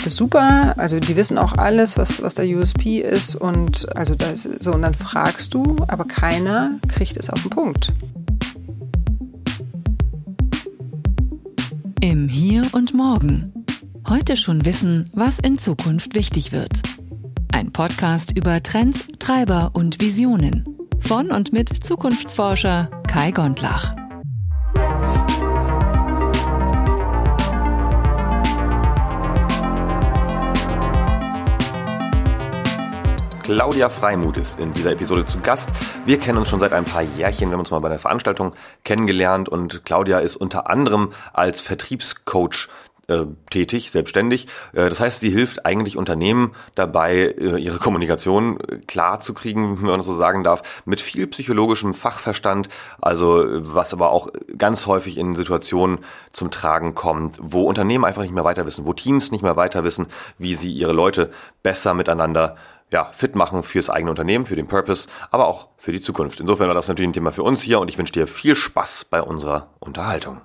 ist super, also die wissen auch alles, was der USP ist und also das so, und dann fragst du, aber keiner kriegt es auf den Punkt. Im Hier und Morgen. Heute schon wissen, was in Zukunft wichtig wird. Ein Podcast über Trends, Treiber und Visionen. Von und mit Zukunftsforscher Kai Gondlach. Claudia Freimuth ist in dieser Episode zu Gast. Wir kennen uns schon seit ein paar Jährchen. Wir haben uns mal bei einer Veranstaltung kennengelernt und Claudia ist unter anderem als Vertriebscoach tätig, selbstständig. Das heißt, sie hilft eigentlich Unternehmen dabei, ihre Kommunikation klar zu kriegen, wenn man das so sagen darf, mit viel psychologischem Fachverstand, also was aber auch ganz häufig in Situationen zum Tragen kommt, wo Unternehmen einfach nicht mehr weiter wissen, wo Teams nicht mehr weiter wissen, wie sie ihre Leute besser miteinander fit machen fürs eigene Unternehmen, für den Purpose, aber auch für die Zukunft. Insofern war das natürlich ein Thema für uns hier und ich wünsche dir viel Spaß bei unserer Unterhaltung.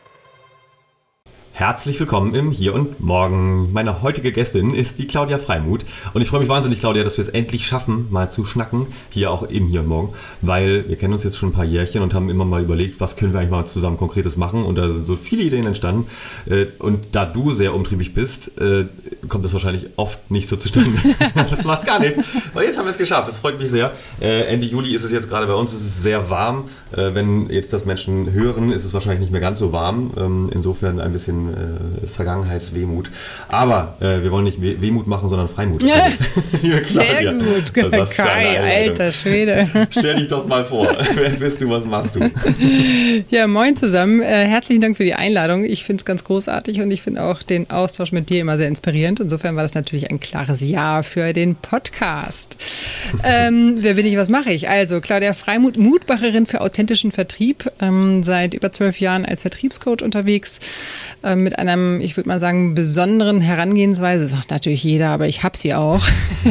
Herzlich willkommen im Hier und Morgen. Meine heutige Gästin ist die Claudia Freimuth und ich freue mich wahnsinnig, Claudia, dass wir es endlich schaffen, mal zu schnacken, hier auch im Hier und Morgen, weil wir kennen uns jetzt schon ein paar Jährchen und haben immer mal überlegt, was können wir eigentlich mal zusammen Konkretes machen und da sind so viele Ideen entstanden und da du sehr umtriebig bist, kommt das wahrscheinlich oft nicht so zustande. Das macht gar nichts. Und jetzt haben wir es geschafft, das freut mich sehr. Ende Juli ist es jetzt gerade bei uns, es ist sehr warm. Wenn jetzt das Menschen hören, ist es wahrscheinlich nicht mehr ganz so warm. Insofern ein bisschen Vergangenheitswehmut. Aber wir wollen nicht Wehmut machen, sondern Freimut. Ja, sehr gut. Kai, alter Schwede. Stell dich doch mal vor. Wer bist du, was machst du? Ja, moin zusammen. Herzlichen Dank für die Einladung. Ich finde es ganz großartig und ich finde auch den Austausch mit dir immer sehr inspirierend. Insofern war das natürlich ein klares Ja für den Podcast. Wer bin ich, was mache ich? Also, Claudia Freimuth, Mutmacherin für authentischen Vertrieb, seit über 12 Jahren als Vertriebscoach unterwegs, mit einem, ich würde mal sagen, besonderen Herangehensweise. Das sagt natürlich jeder, aber ich habe sie auch.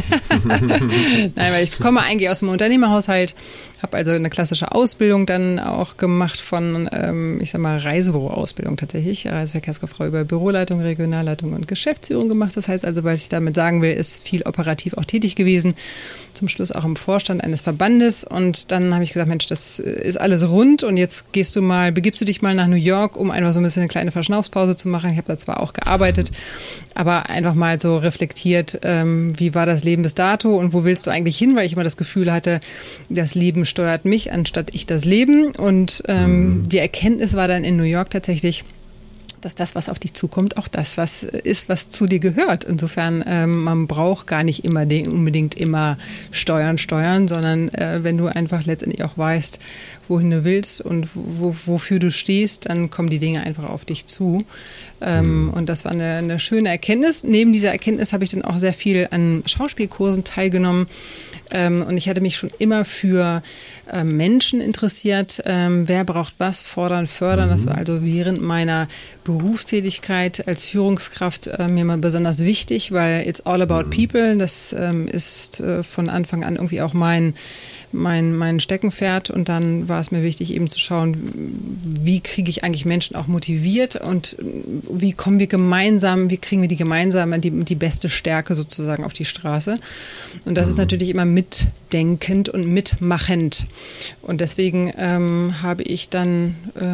Nein, weil ich komme eigentlich aus dem Unternehmerhaushalt, habe also eine klassische Ausbildung dann auch gemacht von, ich sag mal, Reisebüro-Ausbildung tatsächlich. Reiseverkehrskauffrau über Büroleitung, Regionalleitung und Geschäftsführung gemacht. Das heißt also, was ich damit sagen will, ist viel operativ auch tätig gewesen. Zum Schluss auch im Vorstand eines Verbandes. Und dann habe ich gesagt, Mensch, das ist alles rund und jetzt begibst du dich mal nach New York, um einfach so ein bisschen eine kleine Verschnaufspause zu machen. Ich habe da zwar auch gearbeitet, aber einfach mal so reflektiert, wie war das Leben bis dato und wo willst du eigentlich hin? Weil ich immer das Gefühl hatte, das Leben steuert mich, anstatt ich das Leben. Und die Erkenntnis war dann in New York tatsächlich, dass das, was auf dich zukommt, auch das, was ist, was zu dir gehört. Insofern, man braucht gar nicht immer unbedingt immer steuern, sondern wenn du einfach letztendlich auch weißt, wohin du willst und wofür du stehst, dann kommen die Dinge einfach auf dich zu. Und das war eine schöne Erkenntnis. Neben dieser Erkenntnis habe ich dann auch sehr viel an Schauspielkursen teilgenommen. Und ich hatte mich schon immer für Menschen interessiert. Wer braucht was? Fordern, fördern. Das war also während meiner Berufstätigkeit als Führungskraft mir mal besonders wichtig, weil it's all about people. Das ist von Anfang an irgendwie auch mein Steckenpferd und dann war es mir wichtig eben zu schauen, wie kriege ich eigentlich Menschen auch motiviert und wie kriegen wir die gemeinsam die beste Stärke sozusagen auf die Straße und das ist natürlich immer mitdenkend und mitmachend und deswegen habe ich dann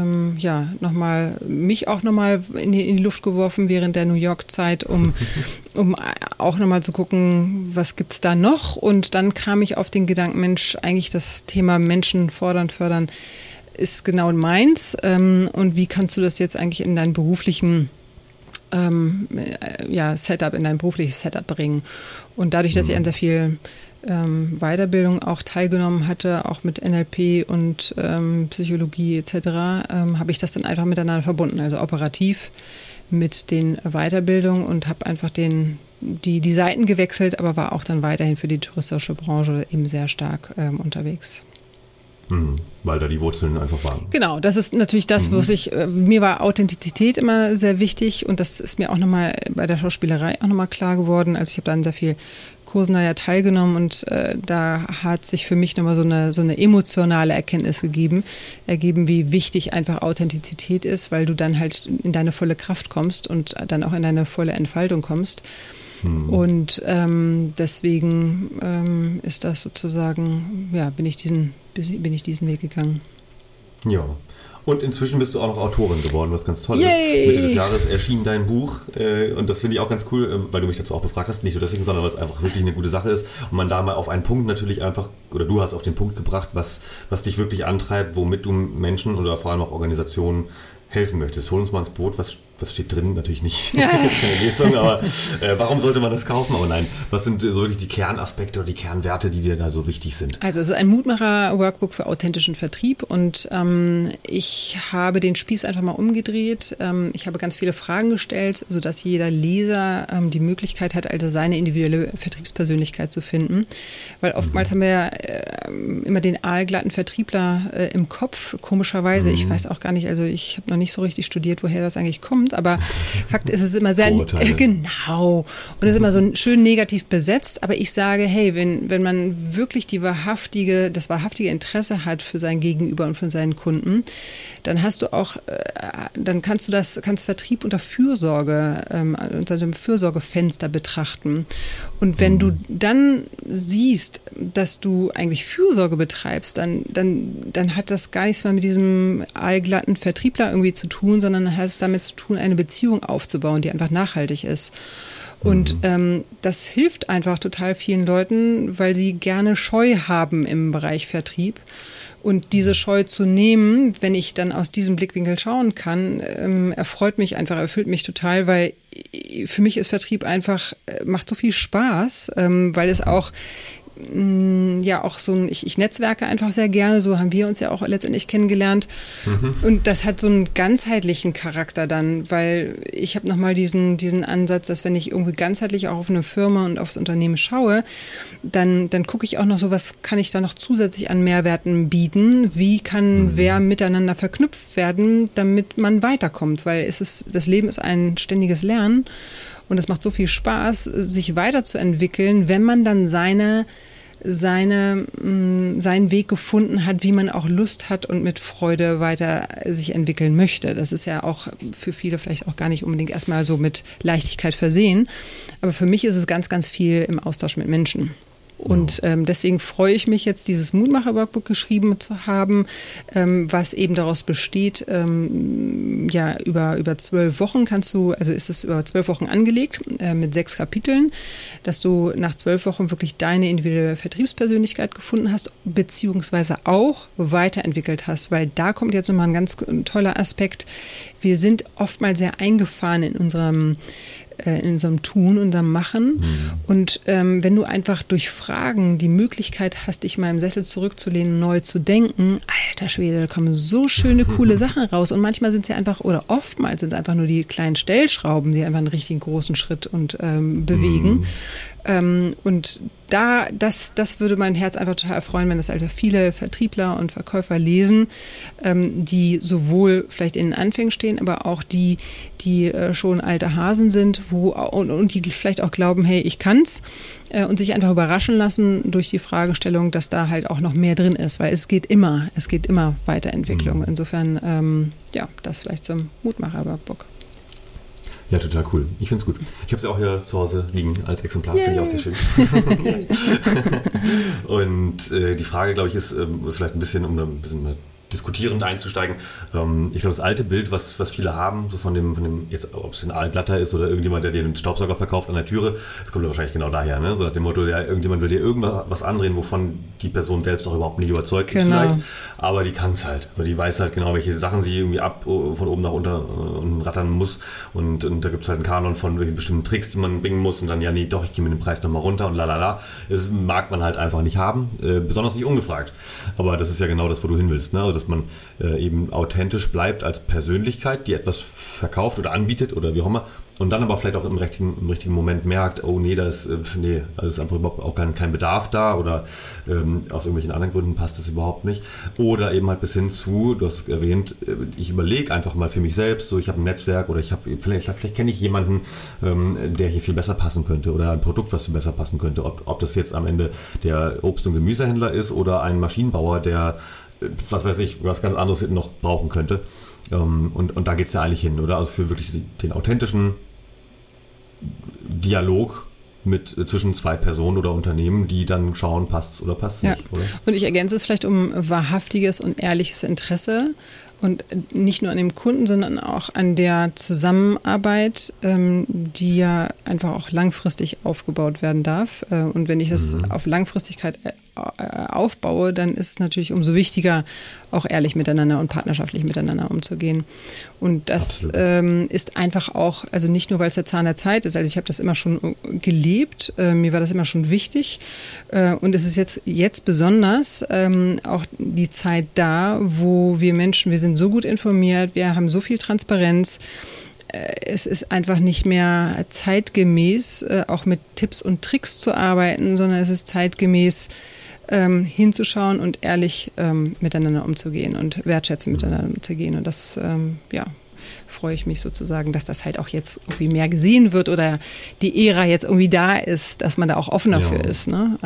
mich auch nochmal in die Luft geworfen während der New York Zeit, um auch nochmal zu gucken, was gibt's da noch und dann kam ich auf den Gedanken, Mensch, eigentlich das Thema Menschen fordern, fördern ist genau meins. Und wie kannst du das jetzt eigentlich in dein beruflichen Setup, in dein berufliches Setup bringen? Und dadurch, dass ich an sehr viel Weiterbildung auch teilgenommen hatte, auch mit NLP und Psychologie etc., habe ich das dann einfach miteinander verbunden, also operativ mit den Weiterbildungen und habe einfach die Seiten gewechselt, aber war auch dann weiterhin für die touristische Branche eben sehr stark unterwegs. Weil da die Wurzeln einfach waren. Genau, das ist natürlich das, mir war Authentizität immer sehr wichtig und das ist mir auch nochmal bei der Schauspielerei auch nochmal klar geworden. Also ich habe dann sehr viel Kursen da teilgenommen und da hat sich für mich nochmal so eine emotionale Erkenntnis ergeben, wie wichtig einfach Authentizität ist, weil du dann halt in deine volle Kraft kommst und dann auch in deine volle Entfaltung kommst. Und deswegen ist das sozusagen, bin ich diesen Weg gegangen. Ja. Und inzwischen bist du auch noch Autorin geworden, was ganz toll ist. Mitte des Jahres erschien dein Buch und das finde ich auch ganz cool, weil du mich dazu auch befragt hast. Nicht nur deswegen, sondern weil es einfach wirklich eine gute Sache ist und man da mal auf einen Punkt natürlich einfach, oder du hast auf den Punkt gebracht, was dich wirklich antreibt, womit du Menschen oder vor allem auch Organisationen helfen möchtest. Hol uns mal ins Boot, was steht drin? Natürlich nicht, keine Lesung, aber warum sollte man das kaufen? Aber nein, was sind so wirklich die Kernaspekte oder die Kernwerte, die dir da so wichtig sind? Also es ist ein Mutmacher-Workbook für authentischen Vertrieb und ich habe den Spieß einfach mal umgedreht. Ich habe ganz viele Fragen gestellt, sodass jeder Leser die Möglichkeit hat, also seine individuelle Vertriebspersönlichkeit zu finden. Weil oftmals haben wir ja immer den aalglatten Vertriebler im Kopf, komischerweise. Ich weiß auch gar nicht, also ich habe noch nicht so richtig studiert, woher das eigentlich kommt. Aber Fakt ist, es ist immer sehr, genau, und es ist immer so schön negativ besetzt, aber ich sage, hey, wenn man wirklich das wahrhaftige Interesse hat für sein Gegenüber und für seinen Kunden, dann hast du auch, dann kannst Vertrieb unter unter dem Fürsorgefenster betrachten. Und wenn du dann siehst, dass du eigentlich Fürsorge betreibst, dann hat das gar nichts mehr mit diesem aalglatten Vertriebler irgendwie zu tun, sondern hat es damit zu tun, eine Beziehung aufzubauen, die einfach nachhaltig ist. Und das hilft einfach total vielen Leuten, weil sie gerne Scheu haben im Bereich Vertrieb. Und diese Scheu zu nehmen, wenn ich dann aus diesem Blickwinkel schauen kann, erfreut mich einfach, erfüllt mich total, weil für mich ist Vertrieb einfach, macht so viel Spaß, weil es auch auch so ich netzwerke einfach sehr gerne, so haben wir uns ja auch letztendlich kennengelernt. Und das hat so einen ganzheitlichen Charakter dann, weil ich habe nochmal diesen Ansatz, dass wenn ich irgendwie ganzheitlich auch auf eine Firma und aufs Unternehmen schaue, dann gucke ich auch noch so, was kann ich da noch zusätzlich an Mehrwerten bieten, wie kann wer miteinander verknüpft werden, damit man weiterkommt, weil das Leben ist ein ständiges Lernen. Und es macht so viel Spaß, sich weiterzuentwickeln, wenn man dann seinen Weg gefunden hat, wie man auch Lust hat und mit Freude weiter sich entwickeln möchte. Das ist ja auch für viele vielleicht auch gar nicht unbedingt erstmal so mit Leichtigkeit versehen. Aber für mich ist es ganz, ganz viel im Austausch mit Menschen. Und deswegen freue ich mich jetzt, dieses Mutmacher-Workbook geschrieben zu haben, was eben daraus besteht, über 12 Wochen ist es über 12 Wochen angelegt, mit 6 Kapiteln, dass du nach 12 Wochen wirklich deine individuelle Vertriebspersönlichkeit gefunden hast, beziehungsweise auch weiterentwickelt hast, weil da kommt jetzt nochmal ein ganz toller Aspekt. Wir sind oftmals sehr eingefahren in unserem Tun, unserem Machen. Und wenn du einfach durch Fragen die Möglichkeit hast, dich mal im Sessel zurückzulehnen, neu zu denken, alter Schwede, da kommen so schöne, coole Sachen raus. Und manchmal sind sie einfach, oder oftmals sind es einfach nur die kleinen Stellschrauben, die einfach einen richtigen großen Schritt bewegen. Und das würde mein Herz einfach total erfreuen, wenn das also viele Vertriebler und Verkäufer lesen, die sowohl vielleicht in den Anfängen stehen, aber auch die schon alte Hasen sind, und die vielleicht auch glauben, hey, ich kann's, und sich einfach überraschen lassen durch die Fragestellung, dass da halt auch noch mehr drin ist, weil es geht immer Weiterentwicklung. Insofern, das vielleicht zum Mutmacher-Workbook. Ja, total cool. Ich finde es gut. Ich habe es ja auch hier zu Hause liegen als Exemplar. Finde ich auch sehr schön. Und die Frage, glaube ich, ist vielleicht ein bisschen diskutierend einzusteigen. Ich glaube, das alte Bild, was viele haben, so von dem jetzt, ob es ein Aalglatter ist oder irgendjemand, der dir einen Staubsauger verkauft an der Türe, das kommt ja wahrscheinlich genau daher, ne? So nach dem Motto, irgendjemand will dir irgendwas andrehen, wovon die Person selbst auch überhaupt nicht überzeugt ist vielleicht, aber die kann es halt, weil die weiß halt genau, welche Sachen sie irgendwie von oben nach unten rattern muss, und da gibt es halt einen Kanon von bestimmten Tricks, die man bringen muss, und dann, ich gehe mit dem Preis nochmal runter und lalala. Das mag man halt einfach nicht haben, besonders nicht ungefragt. Aber das ist ja genau das, wo du hin willst, ne? Also dass man eben authentisch bleibt als Persönlichkeit, die etwas verkauft oder anbietet oder wie auch immer, und dann aber vielleicht auch im richtigen Moment merkt, oh nee, da ist einfach überhaupt auch kein Bedarf da oder aus irgendwelchen anderen Gründen passt es überhaupt nicht. Oder eben halt bis hin zu, du hast erwähnt, ich überlege einfach mal für mich selbst, so ich habe ein Netzwerk oder vielleicht kenne ich jemanden, der hier viel besser passen könnte oder ein Produkt, was viel besser passen könnte. Ob das jetzt am Ende der Obst- und Gemüsehändler ist oder ein Maschinenbauer, der, was weiß ich, was ganz anderes noch brauchen könnte. Und da geht es ja eigentlich hin, oder? Also für wirklich den authentischen Dialog zwischen zwei Personen oder Unternehmen, die dann schauen, passt es oder passt es nicht, oder? Und ich ergänze es vielleicht um wahrhaftiges und ehrliches Interesse und nicht nur an dem Kunden, sondern auch an der Zusammenarbeit, die ja einfach auch langfristig aufgebaut werden darf. Und wenn ich das auf Langfristigkeit aufbaue, dann ist es natürlich umso wichtiger, auch ehrlich miteinander und partnerschaftlich miteinander umzugehen. Und das ist einfach auch, also nicht nur, weil es der Zahn der Zeit ist, also ich habe das immer schon gelebt, mir war das immer schon wichtig und es ist jetzt besonders auch die Zeit da, wo wir Menschen, wir sind so gut informiert, wir haben so viel Transparenz, es ist einfach nicht mehr zeitgemäß, auch mit Tipps und Tricks zu arbeiten, sondern es ist zeitgemäß, hinzuschauen und ehrlich miteinander umzugehen und wertschätzend miteinander umzugehen. Und das, freue ich mich sozusagen, dass das halt auch jetzt irgendwie mehr gesehen wird oder die Ära jetzt irgendwie da ist, dass man da auch offener für ist. Ne?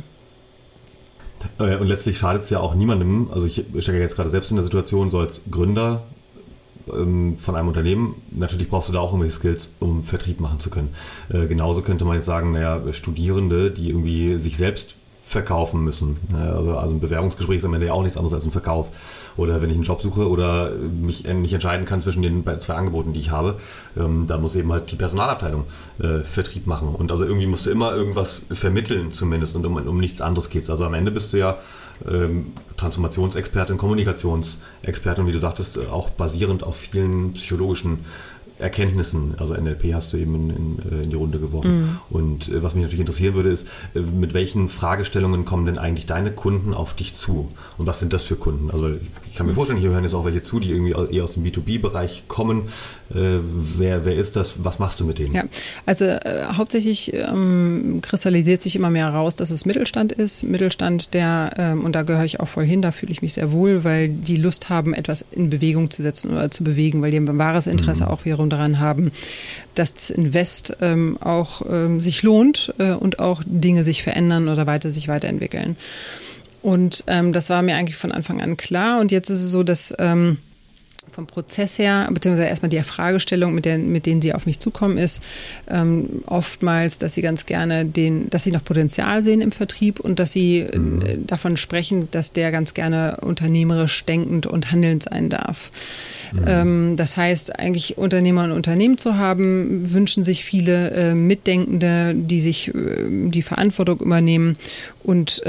Und letztlich schadet es ja auch niemandem. Also ich stecke jetzt gerade selbst in der Situation, so als Gründer von einem Unternehmen, natürlich brauchst du da auch irgendwelche Skills, um Vertrieb machen zu können. Genauso könnte man jetzt sagen, Studierende, die irgendwie sich selbst verkaufen müssen. Also ein Bewerbungsgespräch ist am Ende ja auch nichts anderes als ein Verkauf. Oder wenn ich einen Job suche oder mich nicht entscheiden kann zwischen den zwei Angeboten, die ich habe, dann muss eben halt die Personalabteilung Vertrieb machen. Und also irgendwie musst du immer irgendwas vermitteln zumindest und um nichts anderes geht es. Also am Ende bist du ja Transformationsexpertin, Kommunikationsexpertin, wie du sagtest, auch basierend auf vielen psychologischen Erkenntnissen, also NLP hast du eben in die Runde geworfen. Und was mich natürlich interessieren würde, ist, mit welchen Fragestellungen kommen denn eigentlich deine Kunden auf dich zu? Und was sind das für Kunden? Also ich kann mir vorstellen, hier hören jetzt auch welche zu, die irgendwie eher aus dem B2B-Bereich kommen. Wer ist das? Was machst du mit denen? Ja, also hauptsächlich kristallisiert sich immer mehr heraus, dass es Mittelstand ist. Mittelstand, der, und da gehöre ich auch voll hin, da fühle ich mich sehr wohl, weil die Lust haben, etwas in Bewegung zu setzen oder zu bewegen, weil die ein wahres Interesse auch wiederum daran haben, dass das Invest auch sich lohnt und auch Dinge sich verändern oder sich weiterentwickeln. Und das war mir eigentlich von Anfang an klar. Und jetzt ist es so, dass vom Prozess her, beziehungsweise erstmal die Fragestellung, mit denen sie auf mich zukommen, ist oftmals, dass sie ganz gerne dass sie noch Potenzial sehen im Vertrieb und dass sie davon sprechen, dass der ganz gerne unternehmerisch denkend und handelnd sein darf. Das heißt, eigentlich Unternehmer und Unternehmen zu haben, wünschen sich viele Mitdenkende, die sich die Verantwortung übernehmen und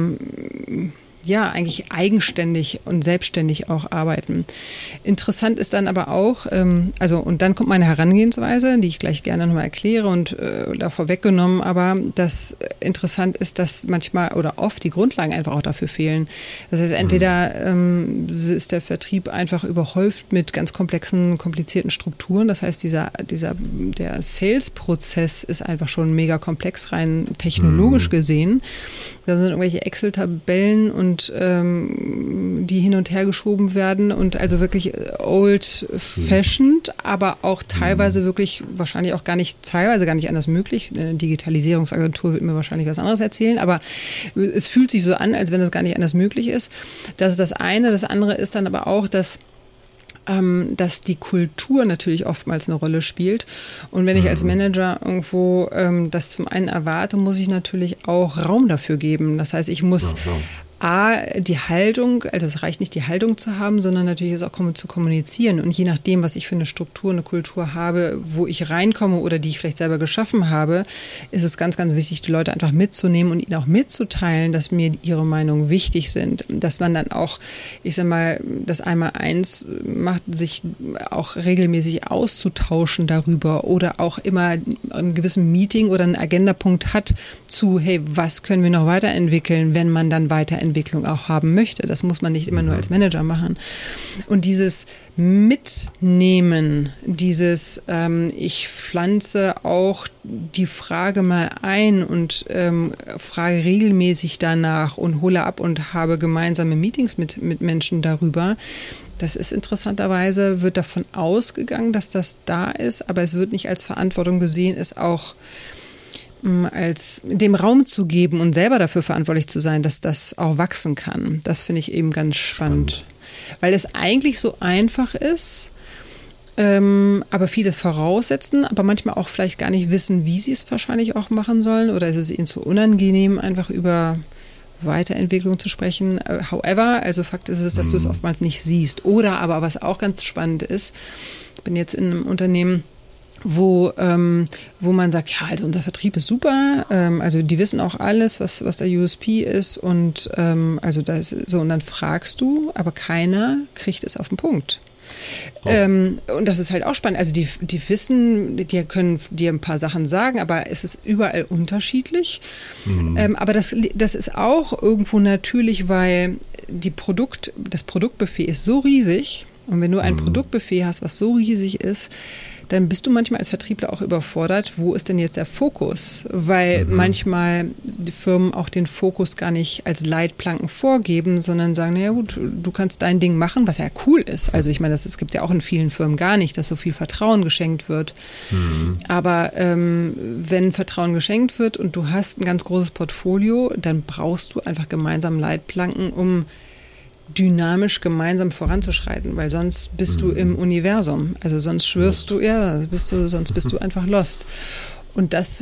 eigentlich eigenständig und selbstständig auch arbeiten. Interessant ist dann aber auch, und dann kommt meine Herangehensweise, die ich gleich gerne nochmal erkläre und da vorweggenommen, aber das interessant ist, dass manchmal oder oft die Grundlagen einfach auch dafür fehlen. Das heißt, entweder ist der Vertrieb einfach überhäuft mit ganz komplizierten Strukturen, das heißt, der Sales-Prozess ist einfach schon mega komplex, rein technologisch gesehen. Da sind irgendwelche Excel-Tabellen und die hin und her geschoben werden und also wirklich old-fashioned, aber auch teilweise wirklich wahrscheinlich auch gar nicht anders möglich. Eine Digitalisierungsagentur würde mir wahrscheinlich was anderes erzählen, aber es fühlt sich so an, als wenn es gar nicht anders möglich ist. Das ist das eine. Das andere ist dann aber auch, dass die Kultur natürlich oftmals eine Rolle spielt. Und wenn ich als Manager irgendwo das zum einen erwarte, muss ich natürlich auch Raum dafür geben. Das heißt, ich muss die Haltung, also es reicht nicht, die Haltung zu haben, sondern natürlich ist auch zu kommunizieren. Und je nachdem, was ich für eine Struktur, eine Kultur habe, wo ich reinkomme oder die ich vielleicht selber geschaffen habe, ist es ganz, ganz wichtig, die Leute einfach mitzunehmen und ihnen auch mitzuteilen, dass mir ihre Meinungen wichtig sind. Dass man dann auch, ich sag mal, das Einmaleins macht, sich auch regelmäßig auszutauschen darüber oder auch immer einen gewissen Meeting oder einen Agendapunkt hat zu, hey, was können wir noch weiterentwickeln, wenn man dann weiterentwickelt Weiterentwicklung auch haben möchte. Das muss man nicht immer nur als Manager machen. Und dieses Mitnehmen, dieses ich pflanze auch die Frage mal ein und frage regelmäßig danach und hole ab und habe gemeinsame Meetings mit Menschen darüber. Das ist interessanterweise, wird davon ausgegangen, dass das da ist, aber es wird nicht als Verantwortung gesehen, es auch als dem Raum zu geben und selber dafür verantwortlich zu sein, dass das auch wachsen kann. Das finde ich eben ganz spannend. Weil es eigentlich so einfach ist, aber vieles voraussetzen, aber manchmal auch vielleicht gar nicht wissen, wie sie es wahrscheinlich auch machen sollen, oder ist es ihnen zu unangenehm, einfach über Weiterentwicklung zu sprechen. However, also Fakt ist es, dass du es oftmals nicht siehst. Oder aber, was auch ganz spannend ist, ich bin jetzt in einem Unternehmen, wo man sagt, ja, also unser Vertrieb ist super, also die wissen auch alles, was der USP ist und also das so, und dann fragst du, aber keiner kriegt es auf den Punkt. Und das ist halt auch spannend. Also die wissen, die können dir ein paar Sachen sagen, aber es ist überall unterschiedlich. Aber das ist auch irgendwo natürlich, weil das Produktbuffet ist so riesig. Und wenn du ein Produktbuffet hast, was so riesig ist, dann bist du manchmal als Vertriebler auch überfordert, wo ist denn jetzt der Fokus? Weil manchmal die Firmen auch den Fokus gar nicht als Leitplanken vorgeben, sondern sagen, naja gut, du kannst dein Ding machen, was ja cool ist. Also ich meine, es gibt ja auch in vielen Firmen gar nicht, dass so viel Vertrauen geschenkt wird. Aber wenn Vertrauen geschenkt wird und du hast ein ganz großes Portfolio, dann brauchst du einfach gemeinsam Leitplanken, um dynamisch gemeinsam voranzuschreiten, weil sonst bist du im Universum. Also sonst schwörst du, sonst bist du einfach lost. Und das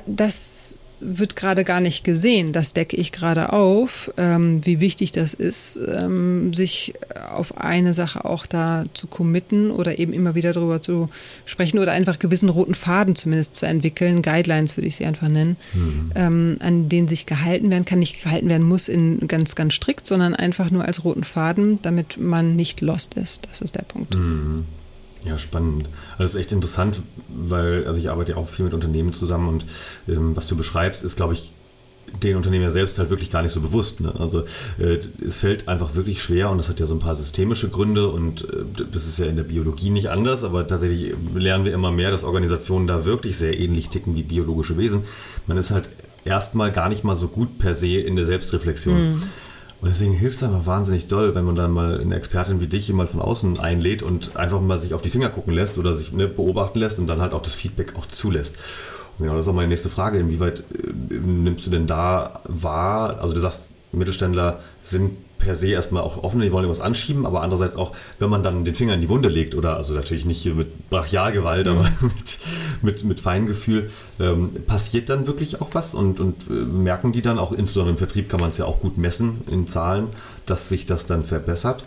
wird gerade gar nicht gesehen. Das decke ich gerade auf, wie wichtig das ist, sich auf eine Sache auch da zu committen oder eben immer wieder drüber zu sprechen oder einfach gewissen roten Faden zumindest zu entwickeln, Guidelines würde ich sie einfach nennen, an denen sich gehalten werden kann, nicht gehalten werden muss in ganz, ganz strikt, sondern einfach nur als roten Faden, damit man nicht lost ist. Das ist der Punkt. Ja, spannend. Also das ist echt interessant, weil ich arbeite ja auch viel mit Unternehmen zusammen und was du beschreibst, ist, glaube ich, den Unternehmen ja selbst halt wirklich gar nicht so bewusst. Ne? Also es fällt einfach wirklich schwer und das hat ja so ein paar systemische Gründe und das ist ja in der Biologie nicht anders, aber tatsächlich lernen wir immer mehr, dass Organisationen da wirklich sehr ähnlich ticken wie biologische Wesen. Man ist halt erstmal gar nicht mal so gut per se in der Selbstreflexion. Und deswegen hilft es einfach wahnsinnig doll, wenn man dann mal eine Expertin wie dich jemand von außen einlädt und einfach mal sich auf die Finger gucken lässt oder sich beobachten lässt und dann halt auch das Feedback auch zulässt. Und genau, das ist auch meine nächste Frage. Inwieweit nimmst du denn da wahr? Also du sagst, Mittelständler sind per se erstmal auch offen, die wollen irgendwas anschieben, aber andererseits auch, wenn man dann den Finger in die Wunde legt oder also natürlich nicht mit Brachialgewalt, aber mit Feingefühl, passiert dann wirklich auch was und merken die dann auch, insbesondere im Vertrieb kann man es ja auch gut messen in Zahlen, dass sich das dann verbessert?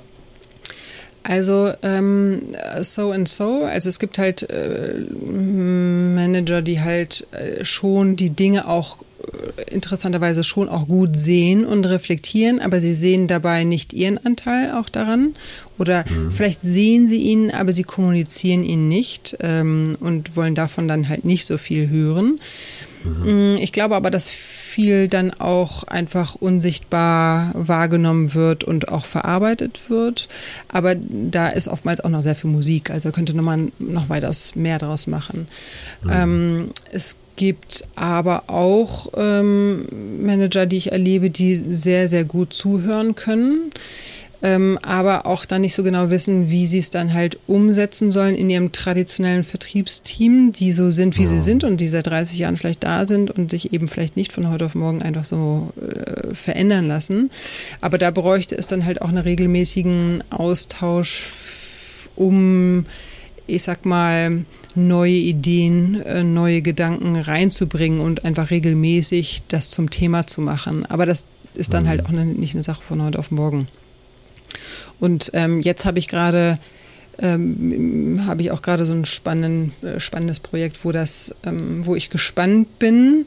Also so and so. Also es gibt halt Manager, die halt schon die Dinge auch interessanterweise schon auch gut sehen und reflektieren, aber sie sehen dabei nicht ihren Anteil auch daran oder vielleicht sehen sie ihn, aber sie kommunizieren ihn nicht und wollen davon dann halt nicht so viel hören. Ich glaube aber, dass viel dann auch einfach unsichtbar wahrgenommen wird und auch verarbeitet wird. Aber da ist oftmals auch noch sehr viel Musik. Also könnte man noch weitaus mehr draus machen. Es gibt aber auch Manager, die ich erlebe, die sehr, sehr gut zuhören können. Aber auch dann nicht so genau wissen, wie sie es dann halt umsetzen sollen in ihrem traditionellen Vertriebsteam, die so sind, wie sie sind und die seit 30 Jahren vielleicht da sind und sich eben vielleicht nicht von heute auf morgen einfach so verändern lassen. Aber da bräuchte es dann halt auch einen regelmäßigen Austausch, um, ich sag mal, neue Ideen, neue Gedanken reinzubringen und einfach regelmäßig das zum Thema zu machen. Aber das ist dann halt auch nicht eine Sache von heute auf morgen. Und jetzt habe ich gerade so ein spannendes Projekt, wo ich gespannt bin,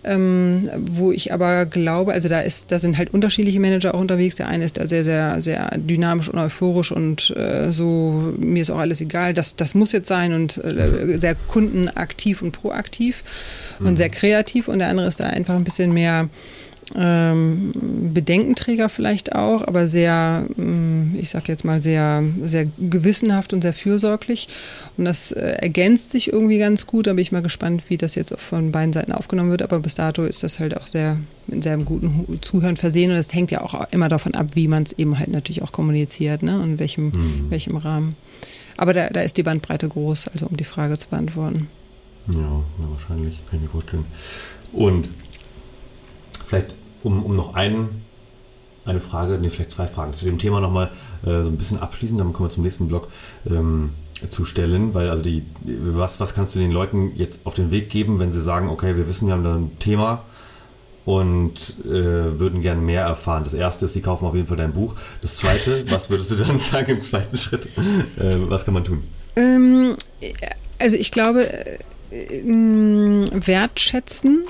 wo ich aber glaube, also da sind halt unterschiedliche Manager auch unterwegs. Der eine ist da sehr, sehr, sehr dynamisch und euphorisch und so, mir ist auch alles egal, das muss jetzt sein und sehr kundenaktiv und proaktiv und sehr kreativ. Und der andere ist da einfach ein bisschen mehr Bedenkenträger vielleicht auch, aber sehr, ich sag jetzt mal, sehr, sehr gewissenhaft und sehr fürsorglich. Und das ergänzt sich irgendwie ganz gut. Da bin ich mal gespannt, wie das jetzt von beiden Seiten aufgenommen wird. Aber bis dato ist das halt auch sehr mit sehr guten Zuhören versehen. Und das hängt ja auch immer davon ab, wie man es eben halt natürlich auch kommuniziert, ne? Und welchem Rahmen. Aber da ist die Bandbreite groß, also um die Frage zu beantworten. Ja, wahrscheinlich, kann ich mir vorstellen. Und vielleicht um noch eine Frage, vielleicht zwei Fragen zu dem Thema nochmal so ein bisschen abschließen, dann kommen wir zum nächsten Block zu stellen, weil also was kannst du den Leuten jetzt auf den Weg geben, wenn sie sagen, okay, wir wissen, wir haben da ein Thema und würden gerne mehr erfahren. Das erste ist, die kaufen auf jeden Fall dein Buch. Das zweite, was würdest du dann sagen im zweiten Schritt? Was kann man tun? Also ich glaube, wertschätzen,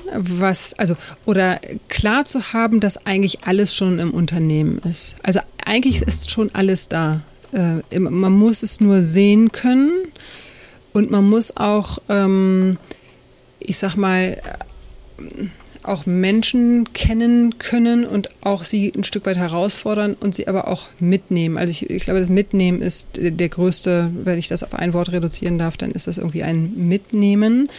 oder klar zu haben, dass eigentlich alles schon im Unternehmen ist. Also eigentlich ist schon alles da. Man muss es nur sehen können und man muss auch, ich sag mal, auch Menschen kennen können und auch sie ein Stück weit herausfordern und sie aber auch mitnehmen. Also ich glaube, das Mitnehmen ist der größte, wenn ich das auf ein Wort reduzieren darf, dann ist das irgendwie ein Mitnehmen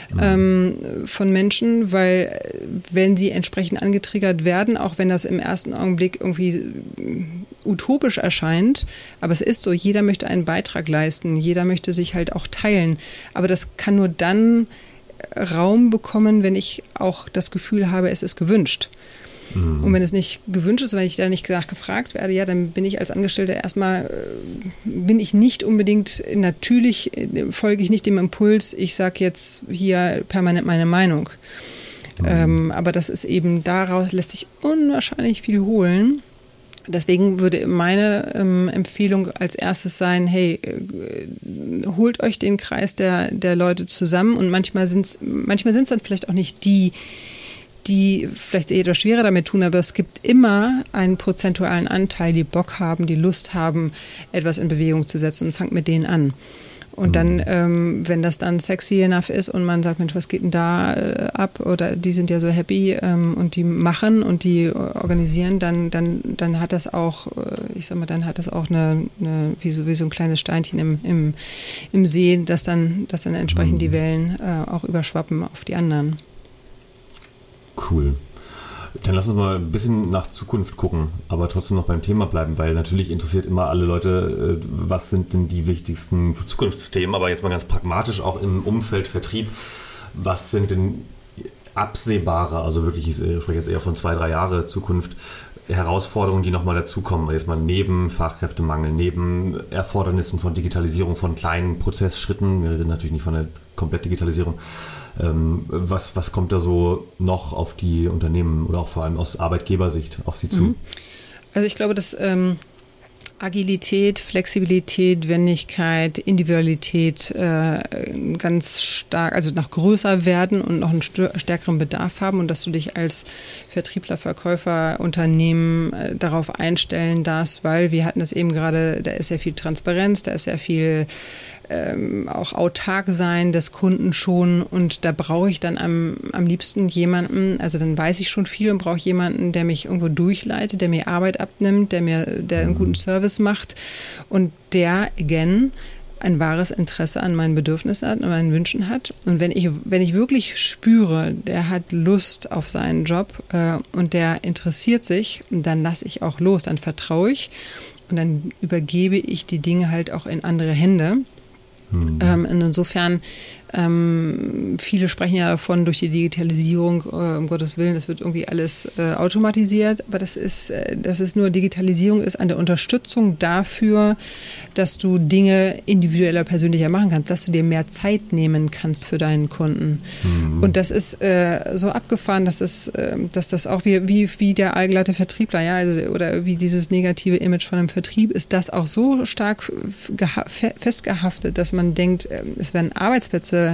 von Menschen, weil wenn sie entsprechend angetriggert werden, auch wenn das im ersten Augenblick irgendwie utopisch erscheint, aber es ist so, jeder möchte einen Beitrag leisten, jeder möchte sich halt auch teilen, aber das kann nur dann Raum bekommen, wenn ich auch das Gefühl habe, es ist gewünscht. Und wenn es nicht gewünscht ist, wenn ich da nicht nachgefragt werde, ja, dann bin ich als Angestellter erstmal, bin ich nicht unbedingt, natürlich folge ich nicht dem Impuls, ich sage jetzt hier permanent meine Meinung. Aber das ist eben, daraus lässt sich unwahrscheinlich viel holen. Deswegen würde meine Empfehlung als erstes sein, hey, holt euch den Kreis der Leute zusammen und manchmal sind's dann vielleicht auch nicht die vielleicht etwas schwerer damit tun, aber es gibt immer einen prozentualen Anteil, die Bock haben, die Lust haben, etwas in Bewegung zu setzen und fangt mit denen an. Und dann, wenn das dann sexy enough ist und man sagt, Mensch, was geht denn da ab? Oder die sind ja so happy und die machen und die organisieren, dann hat das auch, ich sag mal, dann hat das auch wie so ein kleines Steinchen im See, dass dann entsprechend die Wellen auch überschwappen auf die anderen. Cool. Dann lass uns mal ein bisschen nach Zukunft gucken, aber trotzdem noch beim Thema bleiben, weil natürlich interessiert immer alle Leute, was sind denn die wichtigsten Zukunftsthemen, aber jetzt mal ganz pragmatisch auch im Umfeld Vertrieb, was sind denn absehbare, also wirklich, ich spreche jetzt eher von 2-3 Jahre Zukunft, Herausforderungen, die nochmal dazukommen, jetzt mal neben Fachkräftemangel, neben Erfordernissen von Digitalisierung, von kleinen Prozessschritten, wir reden natürlich nicht von der kompletten Digitalisierung. Was kommt da so noch auf die Unternehmen oder auch vor allem aus Arbeitgebersicht auf sie zu? Also ich glaube, dass Agilität, Flexibilität, Wendigkeit, Individualität ganz stark, also noch größer werden und noch einen stärkeren Bedarf haben und dass du dich als Vertriebler, Verkäufer, Unternehmen darauf einstellen darfst, weil wir hatten das eben gerade, da ist sehr viel Transparenz, da ist sehr viel auch autark sein des Kunden schon und da brauche ich dann am liebsten jemanden, also dann weiß ich schon viel und brauche jemanden, der mich irgendwo durchleitet, der mir Arbeit abnimmt, der einen guten Service macht und der, again, ein wahres Interesse an meinen Bedürfnissen hat, an meinen Wünschen hat. Und wenn ich wirklich spüre, der hat Lust auf seinen Job und der interessiert sich, dann lasse ich auch los, dann vertraue ich und dann übergebe ich die Dinge halt auch in andere Hände. Insofern, viele sprechen ja davon, durch die Digitalisierung, um Gottes Willen, das wird irgendwie alles automatisiert, aber das ist nur, Digitalisierung ist eine Unterstützung dafür, dass du Dinge individueller, persönlicher machen kannst, dass du dir mehr Zeit nehmen kannst für deinen Kunden. Und das ist so abgefahren, dass das auch wie der allglatte Vertriebler, ja, also, oder wie dieses negative Image von einem Vertrieb, ist das auch so stark festgehaftet, dass man denkt, es werden Arbeitsplätze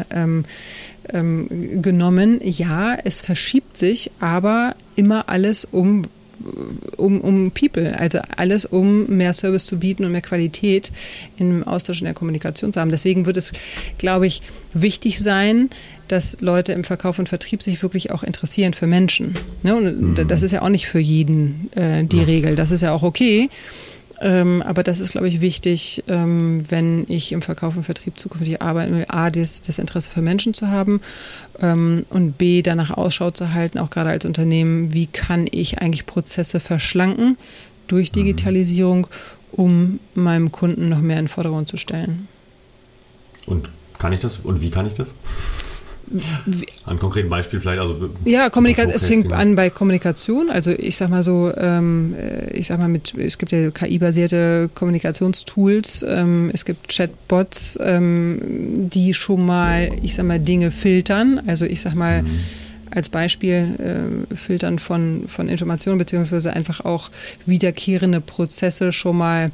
genommen. Ja, es verschiebt sich, aber immer alles um um People, also alles, um mehr Service zu bieten und mehr Qualität im Austausch in der Kommunikation zu haben. Deswegen wird es, glaube ich, wichtig sein, dass Leute im Verkauf und Vertrieb sich wirklich auch interessieren für Menschen. Ne? Und das ist ja auch nicht für jeden die Regel. Das ist ja auch okay. Aber das ist, glaube ich, wichtig, wenn ich im Verkauf und Vertrieb zukünftig arbeiten will, A, das Interesse für Menschen zu haben und B, danach Ausschau zu halten, auch gerade als Unternehmen, wie kann ich eigentlich Prozesse verschlanken durch Digitalisierung, um meinem Kunden noch mehr in den Vordergrund zu stellen. Und kann ich das? Und wie kann ich das? Ein konkretes Beispiel vielleicht, also ja, es fängt an bei Kommunikation, also ich sag mal so, es gibt ja KI-basierte Kommunikationstools, es gibt Chatbots, die schon mal, Dinge filtern, also als Beispiel Filtern von Informationen beziehungsweise einfach auch wiederkehrende Prozesse schon mal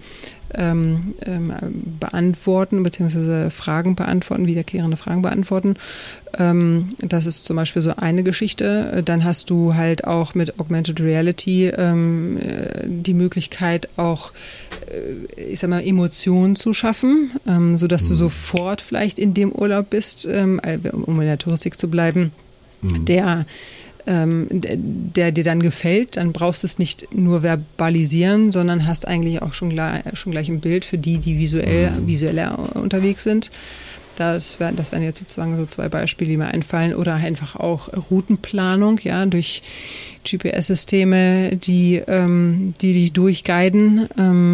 beantworten beziehungsweise wiederkehrende Fragen beantworten. Das ist zum Beispiel so eine Geschichte. Dann hast du halt auch mit Augmented Reality die Möglichkeit auch, Emotionen zu schaffen, sodass du sofort vielleicht in dem Urlaub bist, um in der Touristik zu bleiben, der dir dann gefällt, dann brauchst du es nicht nur verbalisieren, sondern hast eigentlich auch schon gleich ein Bild für die visueller unterwegs sind. Das wären jetzt sozusagen so 2 Beispiele, die mir einfallen. Oder einfach auch Routenplanung, ja, durch GPS-Systeme, die dich durchguiden.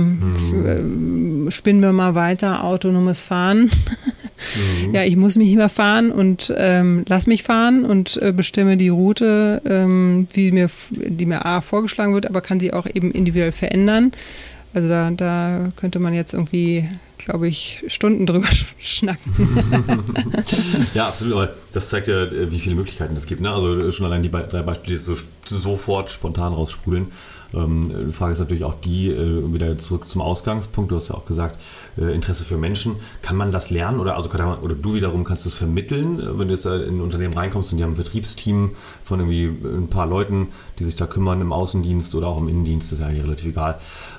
Spinnen wir mal weiter, autonomes Fahren. Ja, ich muss mich nicht mehr fahren und lass mich fahren und bestimme die Route, die mir A vorgeschlagen wird, aber kann sie auch eben individuell verändern. Also da könnte man jetzt irgendwie, glaube ich, Stunden drüber schnacken. Ja, absolut. Aber das zeigt ja, wie viele Möglichkeiten es gibt. Ne? Also schon allein die 3 Beispiele, die jetzt sofort spontan raussprudeln. Die Frage ist natürlich auch wieder zurück zum Ausgangspunkt. Du hast ja auch gesagt, Interesse für Menschen. Kann man das lernen oder du wiederum kannst es vermitteln, wenn du jetzt in ein Unternehmen reinkommst und die haben ein Vertriebsteam von irgendwie ein paar Leuten, die sich da kümmern im Außendienst oder auch im Innendienst, das ist ja hier relativ egal.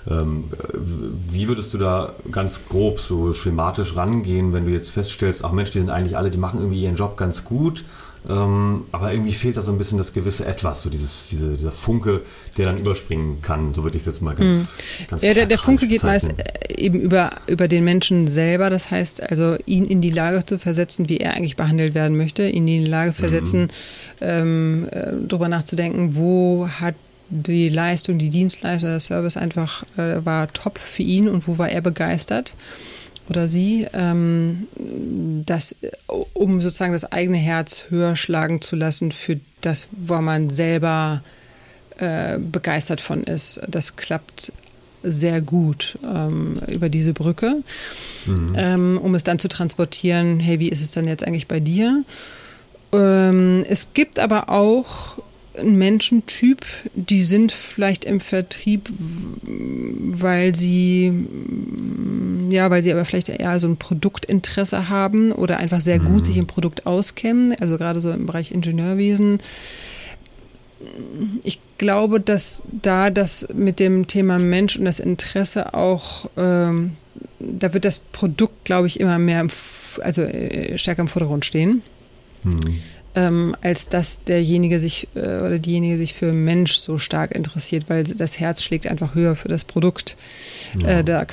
Wie würdest du da ganz grob so schematisch rangehen, wenn du jetzt feststellst, ach Mensch, die machen irgendwie ihren Job ganz gut, aber irgendwie fehlt da so ein bisschen das gewisse Etwas, so dieser Funke, der dann überspringen kann, so würde ich es jetzt mal ganz ja, der Funke geht meist eben über den Menschen selber, das heißt also ihn in die Lage zu versetzen, wie er eigentlich behandelt werden möchte, ihn in die Lage versetzen, darüber nachzudenken, wo hat die Leistung, die Dienstleistung, der Service einfach war top für ihn und wo war er begeistert oder sie, um sozusagen das eigene Herz höher schlagen zu lassen für das, wo man selber begeistert von ist. Das klappt sehr gut über diese Brücke, um es dann zu transportieren, hey, wie ist es dann jetzt eigentlich bei dir? Es gibt aber auch ein Menschentyp, die sind vielleicht im Vertrieb, weil sie aber vielleicht eher so ein Produktinteresse haben oder einfach sehr gut sich im Produkt auskennen, also gerade so im Bereich Ingenieurwesen. Ich glaube, dass da das mit dem Thema Mensch und das Interesse auch, da wird das Produkt, glaube ich, immer mehr, stärker im Vordergrund stehen. Als dass derjenige sich oder diejenige sich für Mensch so stark interessiert, weil das Herz schlägt einfach höher für das Produkt. Ja. Da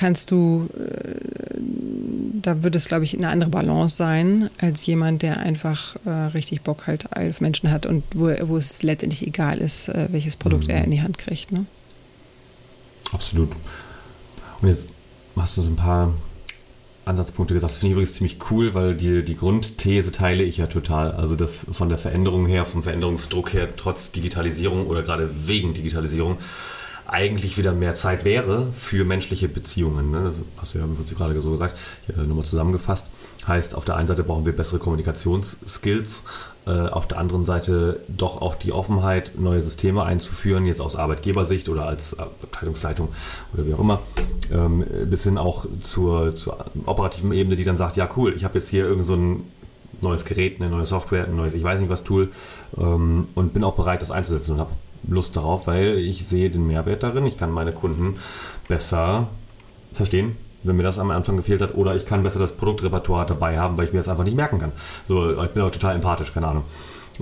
wird es, glaube ich, eine andere Balance sein, als jemand, der einfach richtig Bock halt auf Menschen hat und wo es letztendlich egal ist, welches Produkt er in die Hand kriegt. Ne? Absolut. Und jetzt hast du so ein paar Ansatzpunkte gesagt. Das finde ich übrigens ziemlich cool, weil die Grundthese teile ich ja total. Also das von der Veränderung her, vom Veränderungsdruck her, trotz Digitalisierung oder gerade wegen Digitalisierung, eigentlich wieder mehr Zeit wäre für menschliche Beziehungen. Ne? Das hast du ja im Prinzip gerade so gesagt, nochmal zusammengefasst. Heißt, auf der einen Seite brauchen wir bessere Kommunikationsskills, auf der anderen Seite doch auch die Offenheit, neue Systeme einzuführen, jetzt aus Arbeitgebersicht oder als Abteilungsleitung oder wie auch immer, bis hin auch zur operativen Ebene, die dann sagt, ja cool, ich habe jetzt hier irgend so ein neues Gerät, eine neue Software, ein neues, ich weiß nicht was Tool und bin auch bereit, das einzusetzen und habe Lust darauf, weil ich sehe den Mehrwert darin. Ich kann meine Kunden besser verstehen, wenn mir das am Anfang gefehlt hat, oder ich kann besser das Produktrepertoire dabei haben, weil ich mir das einfach nicht merken kann. So, ich bin aber total empathisch, keine Ahnung.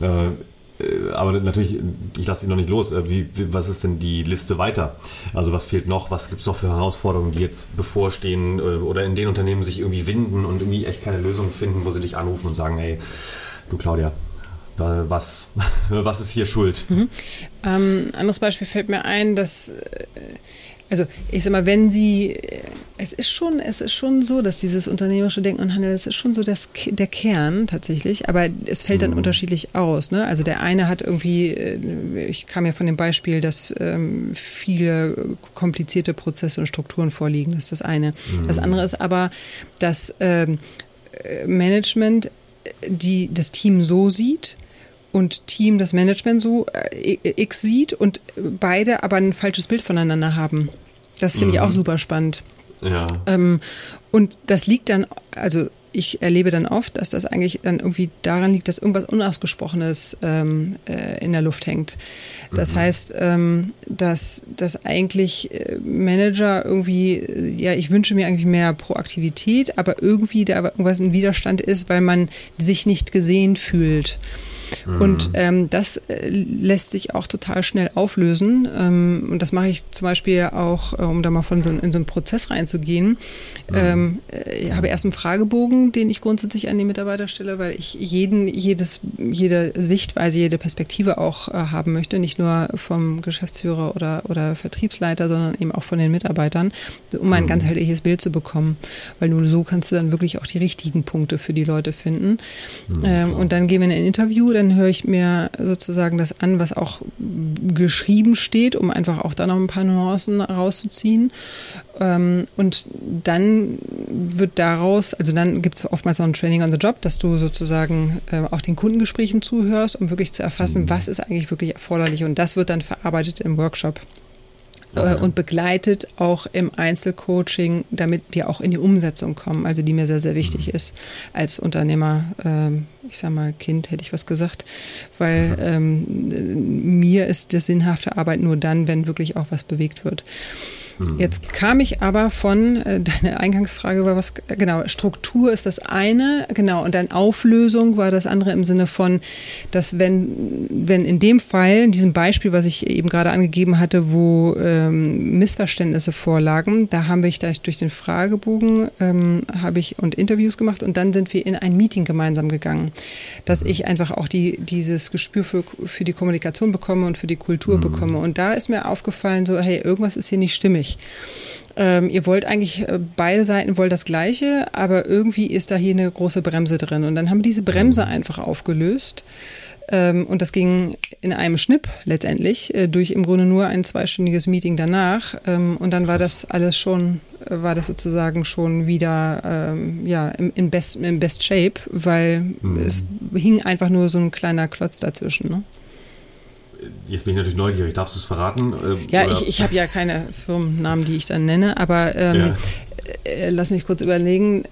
Aber natürlich, ich lasse sie noch nicht los. Was ist denn die Liste weiter? Also was fehlt noch? Was gibt es noch für Herausforderungen, die jetzt bevorstehen oder in den Unternehmen sich irgendwie winden und irgendwie echt keine Lösung finden, wo sie dich anrufen und sagen, hey, du Claudia, was ist hier schuld? Anderes Beispiel fällt mir ein, dass, also ich sag mal, wenn Sie, es ist schon so, dass dieses unternehmerische Denken und Handeln, das ist schon so der Kern tatsächlich, aber es fällt dann unterschiedlich aus. Ne? Also der eine hat irgendwie, ich kam ja von dem Beispiel, dass viele komplizierte Prozesse und Strukturen vorliegen, das ist das eine. Das andere ist aber, dass Management das Team so sieht und Team das Management so X sieht und beide aber ein falsches Bild voneinander haben. Das finde ich auch super spannend. Ja. Und das liegt dann, also ich erlebe dann oft, dass das eigentlich dann irgendwie daran liegt, dass irgendwas Unausgesprochenes in der Luft hängt. Das heißt, dass eigentlich Manager irgendwie, ja, ich wünsche mir eigentlich mehr Proaktivität, aber irgendwie da irgendwas ein Widerstand ist, weil man sich nicht gesehen fühlt. Und das lässt sich auch total schnell auflösen. Und das mache ich zum Beispiel auch, um da mal in so einen Prozess reinzugehen. Ich habe erst einen Fragebogen, den ich grundsätzlich an die Mitarbeiter stelle, weil ich jede Sichtweise, jede Perspektive auch haben möchte. Nicht nur vom Geschäftsführer oder Vertriebsleiter, sondern eben auch von den Mitarbeitern, um ein ganzheitliches Bild zu bekommen. Weil nur so kannst du dann wirklich auch die richtigen Punkte für die Leute finden. Und dann gehen wir in ein Interview, dann höre ich mir sozusagen das an, was auch geschrieben steht, um einfach auch da noch ein paar Nuancen rauszuziehen. Und dann wird daraus, also dann gibt es oftmals auch ein Training on the Job, dass du sozusagen auch den Kundengesprächen zuhörst, um wirklich zu erfassen, was ist eigentlich wirklich erforderlich. Und das wird dann verarbeitet im Workshop. Und begleitet auch im Einzelcoaching, damit wir auch in die Umsetzung kommen, also die mir sehr, sehr wichtig ist als Unternehmer, ich sag mal Kind, hätte ich was gesagt, weil mir ist das sinnhafte Arbeit nur dann, wenn wirklich auch was bewegt wird. Jetzt kam ich aber von, deine Eingangsfrage war was, genau, Struktur ist das eine, genau, und dann Auflösung war das andere im Sinne von, dass wenn in dem Fall, in diesem Beispiel, was ich eben gerade angegeben hatte, wo Missverständnisse vorlagen, da haben wir durch den Fragebogen und Interviews gemacht und dann sind wir in ein Meeting gemeinsam gegangen, dass ich einfach auch dieses Gespür für die Kommunikation bekomme und für die Kultur bekomme. Und da ist mir aufgefallen, so, hey, irgendwas ist hier nicht stimmig. Ihr wollt eigentlich, beide Seiten wollen das Gleiche, aber irgendwie ist da hier eine große Bremse drin. Und dann haben wir diese Bremse einfach aufgelöst. Und das ging in einem Schnipp letztendlich durch im Grunde nur ein 2-stündiges Meeting danach. Und dann war das sozusagen schon wieder in best Shape, weil es hing einfach nur so ein kleiner Klotz dazwischen. Ne? Jetzt bin ich natürlich neugierig. Darfst du es verraten? Ja, ich habe ja keine Firmennamen, die ich dann nenne, aber lass mich kurz überlegen.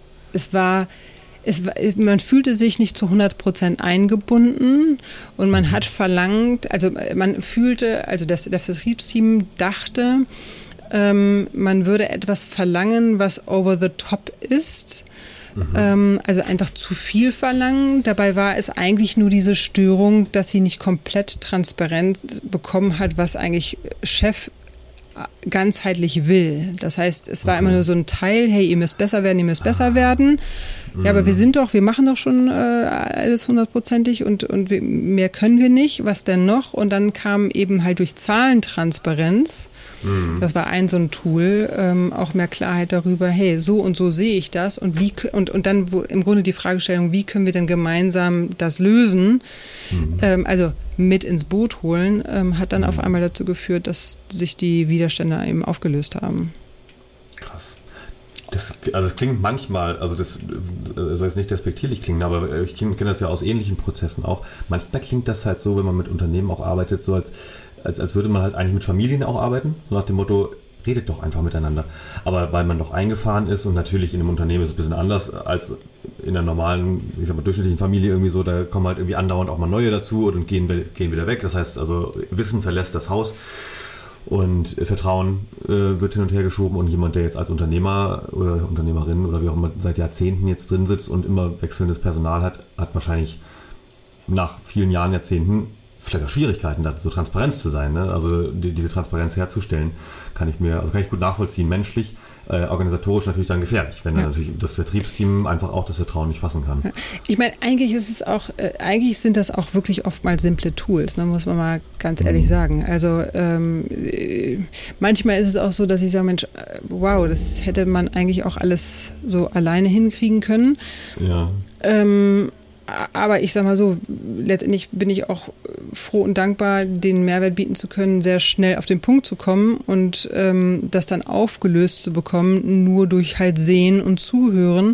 Man fühlte sich nicht zu 100% eingebunden und man hat verlangt, also man fühlte, also der Vertriebsteam dachte, man würde etwas verlangen, was over the top ist. Also einfach zu viel verlangen. Dabei war es eigentlich nur diese Störung, dass sie nicht komplett transparent bekommen hat, was eigentlich Chef ganzheitlich will. Das heißt, es war immer nur so ein Teil, hey, ihr müsst besser werden. Ja, aber wir machen doch schon alles 100%ig und mehr können wir nicht. Was denn noch? Und dann kam eben halt durch Zahlentransparenz, das war so ein Tool, auch mehr Klarheit darüber, hey, so und so sehe ich das und dann im Grunde die Fragestellung, wie können wir denn gemeinsam das lösen? Also mit ins Boot holen, hat dann auf einmal dazu geführt, dass sich die Widerstände eben aufgelöst haben. Krass. Es klingt manchmal, also das soll jetzt nicht despektierlich klingen, aber ich kenne das ja aus ähnlichen Prozessen auch. Manchmal klingt das halt so, wenn man mit Unternehmen auch arbeitet, so als würde man halt eigentlich mit Familien auch arbeiten, so nach dem Motto, redet doch einfach miteinander. Aber weil man doch eingefahren ist und natürlich in einem Unternehmen ist es ein bisschen anders als in einer normalen, ich sag mal, durchschnittlichen Familie irgendwie so, da kommen halt irgendwie andauernd auch mal neue dazu und gehen wieder weg. Das heißt also, Wissen verlässt das Haus. Und Vertrauen wird hin und her geschoben und jemand, der jetzt als Unternehmer oder Unternehmerin oder wie auch immer seit Jahrzehnten jetzt drin sitzt und immer wechselndes Personal hat wahrscheinlich nach vielen Jahren, Jahrzehnten vielleicht auch Schwierigkeiten, da so transparent zu sein. Ne? Also diese Transparenz herzustellen, kann ich gut nachvollziehen. Menschlich, organisatorisch natürlich dann gefährlich, wenn dann natürlich das Vertriebsteam einfach auch das Vertrauen nicht fassen kann. Ja. Ich meine, eigentlich sind das auch wirklich oftmals simple Tools, ne, muss man mal ganz ehrlich sagen. Also manchmal ist es auch so, dass ich sage, Mensch, wow, das hätte man eigentlich auch alles so alleine hinkriegen können. Ja. Aber ich sag mal so, letztendlich bin ich auch froh und dankbar, den Mehrwert bieten zu können, sehr schnell auf den Punkt zu kommen und das dann aufgelöst zu bekommen, nur durch halt Sehen und Zuhören.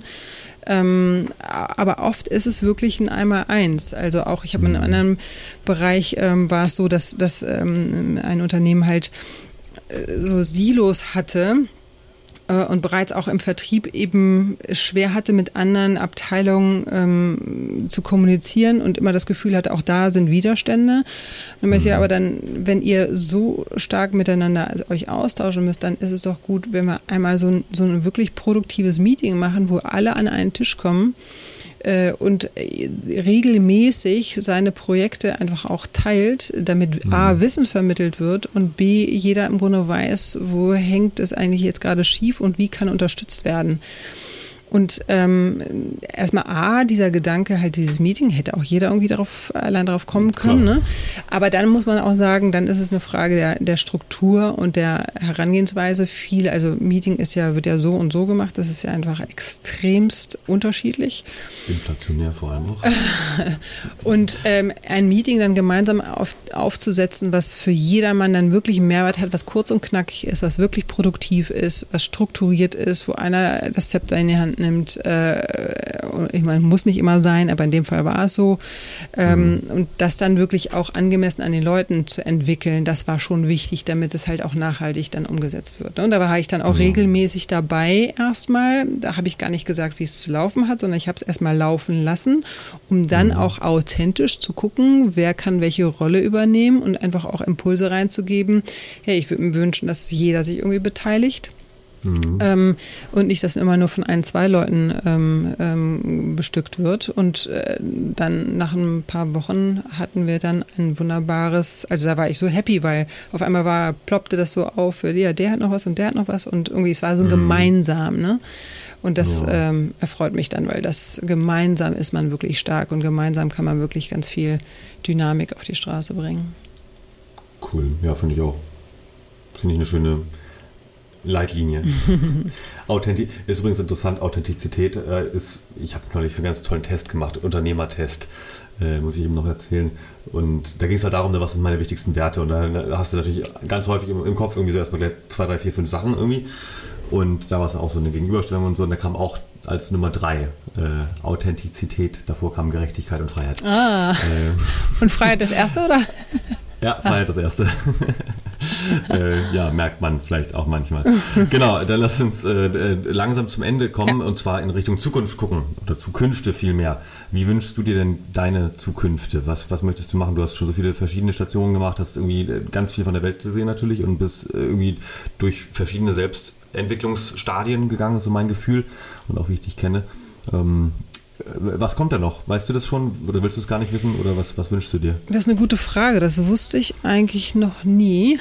Aber oft ist es wirklich ein Einmaleins. Also auch, ich habe in einem anderen Bereich war es so, dass ein Unternehmen halt so Silos hatte, und bereits auch im Vertrieb eben schwer hatte, mit anderen Abteilungen zu kommunizieren und immer das Gefühl hatte, auch da sind Widerstände. Und man aber dann, wenn ihr so stark miteinander euch austauschen müsst, dann ist es doch gut, wenn wir einmal so ein wirklich produktives Meeting machen, wo alle an einen Tisch kommen und regelmäßig seine Projekte einfach auch teilt, damit A, Wissen vermittelt wird und B, jeder im Grunde weiß, wo hängt es eigentlich jetzt gerade schief und wie kann unterstützt werden. Und erstmal A, dieser Gedanke, halt dieses Meeting, hätte auch jeder irgendwie allein darauf kommen können. Ne? Aber dann muss man auch sagen, dann ist es eine Frage der Struktur und der Herangehensweise. Also Meeting wird ja so und so gemacht, das ist ja einfach extremst unterschiedlich. Inflationär vor allem auch. Und ein Meeting dann gemeinsam aufzusetzen, was für jedermann dann wirklich einen Mehrwert hat, was kurz und knackig ist, was wirklich produktiv ist, was strukturiert ist, wo einer das Zepter in die Hand nimmt. Ich meine, muss nicht immer sein, aber in dem Fall war es so. Und das dann wirklich auch angemessen an den Leuten zu entwickeln, das war schon wichtig, damit es halt auch nachhaltig dann umgesetzt wird. Und da war ich dann auch regelmäßig dabei erstmal. Da habe ich gar nicht gesagt, wie es zu laufen hat, sondern ich habe es erstmal laufen lassen, um dann auch authentisch zu gucken, wer kann welche Rolle übernehmen und einfach auch Impulse reinzugeben. Hey, ich würde mir wünschen, dass jeder sich irgendwie beteiligt. Und nicht, dass immer nur von 1-2 Leuten bestückt wird. Und dann nach ein paar Wochen hatten wir dann ein wunderbares, also da war ich so happy, weil auf einmal ploppte das so auf, ja, der hat noch was und der hat noch was und irgendwie, es war so ein gemeinsam, ne? Und das erfreut mich dann, weil das gemeinsam ist man wirklich stark und gemeinsam kann man wirklich ganz viel Dynamik auf die Straße bringen. Cool, ja, finde ich auch. Finde ich eine schöne Leitlinie. Ist übrigens interessant, Authentizität ist, ich habe neulich so einen ganz tollen Test gemacht, Unternehmertest, muss ich eben noch erzählen. Und da ging es halt darum, was sind meine wichtigsten Werte. Und da hast du natürlich ganz häufig im Kopf irgendwie so erstmal gleich 2, 3, 4, 5 Sachen irgendwie. Und da war es auch so eine Gegenüberstellung und so. Und da kam auch als Nummer 3 Authentizität. Davor kam Gerechtigkeit und Freiheit. Und Freiheit das erste, oder? Ja, Freiheit das erste. Ja, merkt man vielleicht auch manchmal. Genau, dann lass uns langsam zum Ende kommen und zwar in Richtung Zukunft gucken oder Zukünfte vielmehr. Wie wünschst du dir denn deine Zukünfte? Was möchtest du machen? Du hast schon so viele verschiedene Stationen gemacht, hast irgendwie ganz viel von der Welt gesehen natürlich und bist irgendwie durch verschiedene Selbstentwicklungsstadien gegangen, so mein Gefühl und auch wie ich dich kenne. Was kommt da noch? Weißt du das schon oder willst du es gar nicht wissen oder was wünschst du dir? Das ist eine gute Frage, das wusste ich eigentlich noch nie.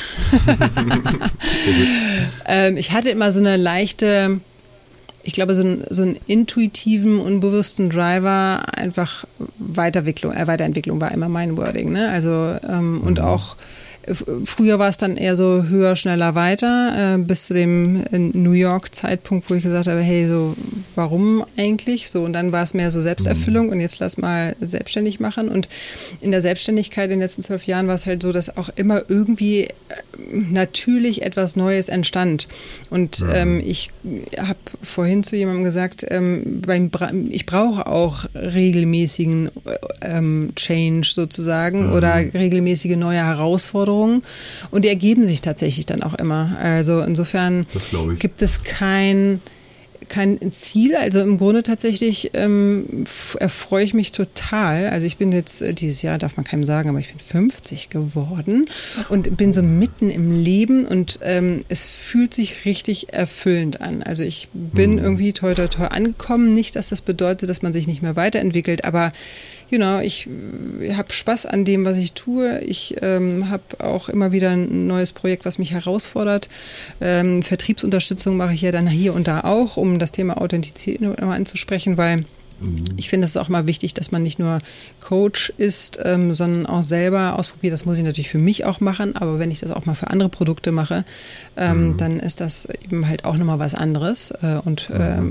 Ich hatte immer so eine leichte, ich glaube so einen intuitiven, unbewussten Driver, einfach Weiterentwicklung war immer mein Wording, ne? Also und auch früher war es dann eher so höher, schneller, weiter, bis zu dem New York-Zeitpunkt, wo ich gesagt habe, hey, so warum eigentlich? So, und dann war es mehr so Selbsterfüllung und jetzt lass mal selbstständig machen. Und in der Selbstständigkeit in den letzten 12 Jahren war es halt so, dass auch immer irgendwie natürlich etwas Neues entstand. Und ich habe vorhin zu jemandem gesagt, ich brauche auch regelmäßigen Change sozusagen oder regelmäßige neue Herausforderungen. Und die ergeben sich tatsächlich dann auch immer. Also insofern gibt es kein Ziel, also im Grunde tatsächlich erfreue ich mich total. Also ich bin jetzt, dieses Jahr darf man keinem sagen, aber ich bin 50 geworden und bin so mitten im Leben und es fühlt sich richtig erfüllend an. Also ich bin irgendwie toi toi toi angekommen. Nicht, dass das bedeutet, dass man sich nicht mehr weiterentwickelt, aber ich habe Spaß an dem, was ich tue. Ich habe auch immer wieder ein neues Projekt, was mich herausfordert. Vertriebsunterstützung mache ich ja dann hier und da auch, um das Thema Authentizität nochmal anzusprechen, weil ich finde, es ist auch mal wichtig, dass man nicht nur Coach ist, sondern auch selber ausprobiert. Das muss ich natürlich für mich auch machen, aber wenn ich das auch mal für andere Produkte mache, dann ist das eben halt auch nochmal was anderes und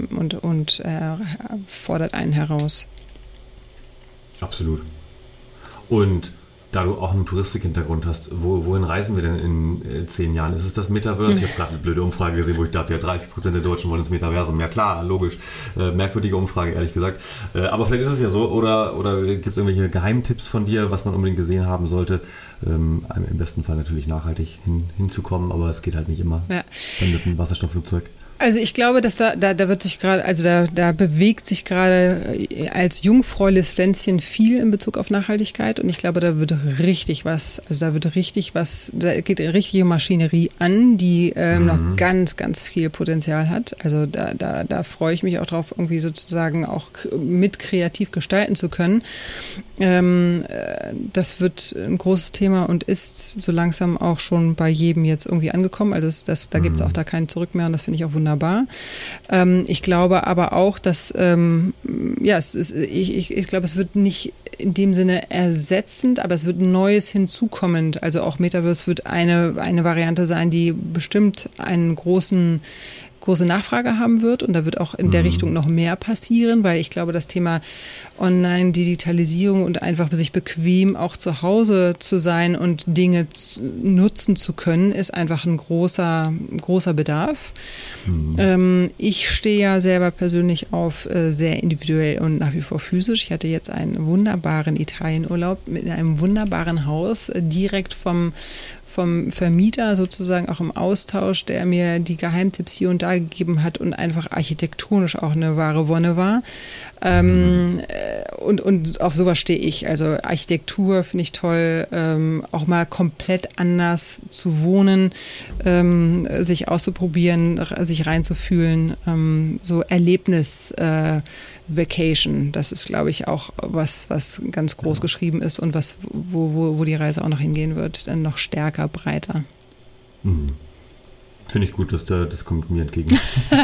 fordert einen heraus. Absolut. Und da du auch einen Touristik-Hintergrund hast, wohin reisen wir denn in 10 Jahren? Ist es das Metaverse? Ich habe gerade eine blöde Umfrage gesehen, wo ich dachte, ja 30% der Deutschen wollen ins Metaversum. Ja klar, logisch. Merkwürdige Umfrage, ehrlich gesagt. Aber vielleicht ist es ja so. Oder gibt es irgendwelche Geheimtipps von dir, was man unbedingt gesehen haben sollte? Im besten Fall natürlich nachhaltig hinzukommen, aber es geht halt nicht immer. Ja. Dann mit einem Wasserstoffflugzeug. Also ich glaube, dass da wird sich gerade, also da bewegt sich gerade als jungfräuliches Pflänzchen viel in Bezug auf Nachhaltigkeit und ich glaube, da geht richtige Maschinerie an, die noch ganz, ganz viel Potenzial hat. Also da freue ich mich auch drauf, irgendwie sozusagen auch mit kreativ gestalten zu können. Das wird ein großes Thema und ist so langsam auch schon bei jedem jetzt irgendwie angekommen. Also da gibt es auch da kein Zurück mehr und das finde ich auch wunderbar. Ich glaube aber auch, dass ich glaube, es wird nicht in dem Sinne ersetzend, aber es wird Neues hinzukommend. Also auch Metaverse wird eine Variante sein, die bestimmt einen große Nachfrage haben wird und da wird auch in der Richtung noch mehr passieren, weil ich glaube, das Thema Online-Digitalisierung und einfach sich bequem auch zu Hause zu sein und Dinge nutzen zu können, ist einfach ein großer Bedarf. Ich stehe ja selber persönlich auf sehr individuell und nach wie vor physisch. Ich hatte jetzt einen wunderbaren Italienurlaub mit einem wunderbaren Haus, direkt vom Vermieter sozusagen auch im Austausch, der mir die Geheimtipps hier und da gegeben hat und einfach architektonisch auch eine wahre Wonne war. Und auf sowas stehe ich. Also Architektur finde ich toll, auch mal komplett anders zu wohnen, sich auszuprobieren, sich reinzufühlen, so Erlebnis-Vacation. Das ist, glaube ich, auch was ganz groß geschrieben ist und wo die Reise auch noch hingehen wird, dann noch stärker, breiter. Finde ich gut, das kommt mir entgegen.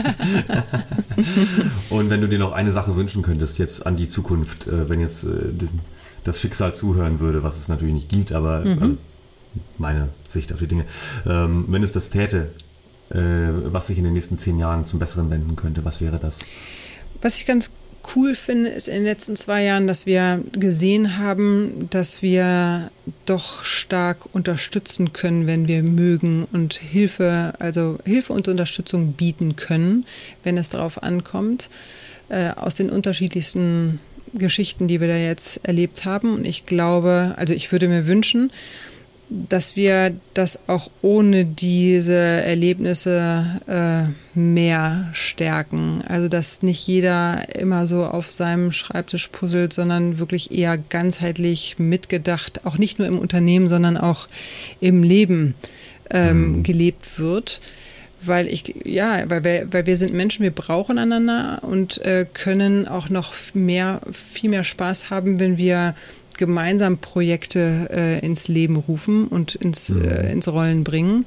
Und wenn du dir noch eine Sache wünschen könntest, jetzt an die Zukunft, wenn jetzt das Schicksal zuhören würde, was es natürlich nicht gibt, aber also meine Sicht auf die Dinge, wenn es das täte, was sich in den nächsten 10 Jahren zum Besseren wenden könnte, was wäre das? Was ich ganz cool finde, ist in den letzten 2 Jahren, dass wir gesehen haben, dass wir doch stark unterstützen können, wenn wir mögen und Hilfe und Unterstützung bieten können, wenn es darauf ankommt, aus den unterschiedlichsten Geschichten, die wir da jetzt erlebt haben. Und ich glaube, also ich würde mir wünschen, dass wir das auch ohne diese Erlebnisse mehr stärken. Also dass nicht jeder immer so auf seinem Schreibtisch puzzelt, sondern wirklich eher ganzheitlich mitgedacht, auch nicht nur im Unternehmen, sondern auch im Leben gelebt wird. Weil wir sind Menschen, wir brauchen einander und können auch noch viel mehr Spaß haben, wenn wir gemeinsam Projekte ins Leben rufen und ins Rollen bringen.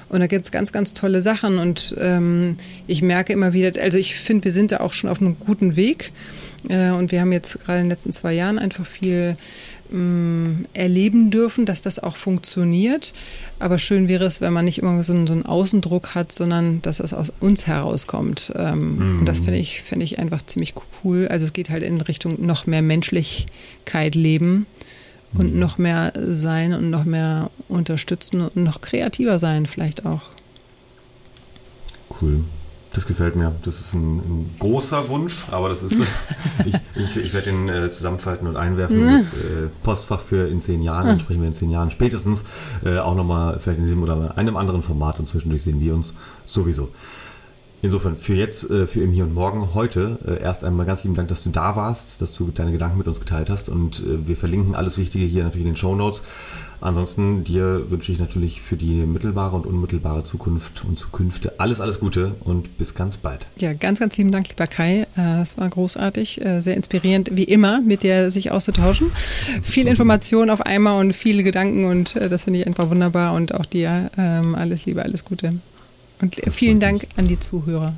Und da gibt es ganz, ganz tolle Sachen und ich merke immer wieder, also ich finde, wir sind da auch schon auf einem guten Weg und wir haben jetzt gerade in den letzten 2 Jahren einfach viel erleben dürfen, dass das auch funktioniert. Aber schön wäre es, wenn man nicht immer so einen Außendruck hat, sondern dass es aus uns herauskommt. Und das fände ich einfach ziemlich cool. Also es geht halt in Richtung noch mehr Menschlichkeit leben und noch mehr sein und noch mehr unterstützen und noch kreativer sein vielleicht auch. Cool. Das gefällt mir. Das ist ein großer Wunsch, aber das ist, ich werde den zusammenfalten und einwerfen. Das Postfach für in 10 Jahren, dann sprechen wir in 10 Jahren spätestens auch nochmal vielleicht in diesem oder einem anderen Format und zwischendurch sehen wir uns sowieso. Insofern für jetzt, für im Hier und Morgen heute erst einmal ganz lieben Dank, dass du da warst, dass du deine Gedanken mit uns geteilt hast und wir verlinken alles Wichtige hier natürlich in den Shownotes. Ansonsten dir wünsche ich natürlich für die mittelbare und unmittelbare Zukunft und Zukünfte alles Gute und bis ganz bald. Ja, ganz, ganz lieben Dank, lieber Kai. Es war großartig, sehr inspirierend, wie immer, mit dir sich auszutauschen. Viel Information auf einmal und viele Gedanken und das finde ich einfach wunderbar und auch dir alles Liebe, alles Gute. Und vielen Dank an die Zuhörer.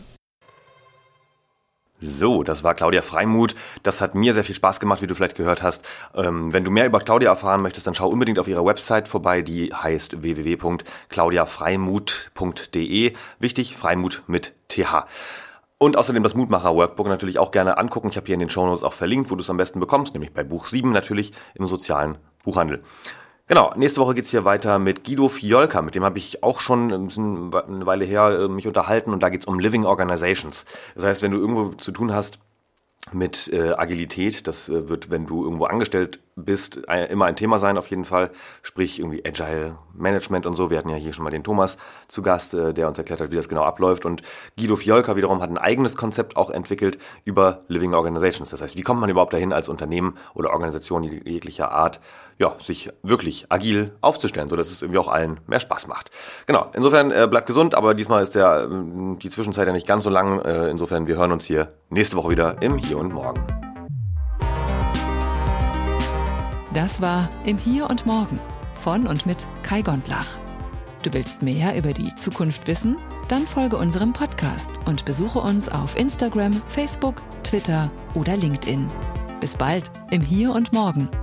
So, das war Claudia Freimuth. Das hat mir sehr viel Spaß gemacht, wie du vielleicht gehört hast. Wenn du mehr über Claudia erfahren möchtest, dann schau unbedingt auf ihrer Website vorbei. Die heißt www.claudiafreimuth.de. Wichtig, Freimuth mit TH. Und außerdem das Mutmacher-Workbook natürlich auch gerne angucken. Ich habe hier in den Shownotes auch verlinkt, wo du es am besten bekommst, nämlich bei Buch 7 natürlich im sozialen Buchhandel. Genau, nächste Woche geht's hier weiter mit Guido Fiolka, mit dem habe ich auch schon eine Weile her mich unterhalten und da geht's um Living Organizations. Das heißt, wenn du irgendwo zu tun hast mit Agilität, das wird, wenn du irgendwo angestellt bist, immer ein Thema sein auf jeden Fall, sprich irgendwie Agile Management und so. Wir hatten ja hier schon mal den Thomas zu Gast, der uns erklärt hat, wie das genau abläuft und Guido Fiolka wiederum hat ein eigenes Konzept auch entwickelt über Living Organizations. Das heißt, wie kommt man überhaupt dahin als Unternehmen oder Organisation jeglicher Art, ja, sich wirklich agil aufzustellen, sodass es irgendwie auch allen mehr Spaß macht. Genau, insofern bleibt gesund, aber diesmal ist die Zwischenzeit ja nicht ganz so lang. Insofern, wir hören uns hier nächste Woche wieder im Hier und Morgen. Das war Im Hier und Morgen von und mit Kai Gondlach. Du willst mehr über die Zukunft wissen? Dann folge unserem Podcast und besuche uns auf Instagram, Facebook, Twitter oder LinkedIn. Bis bald im Hier und Morgen.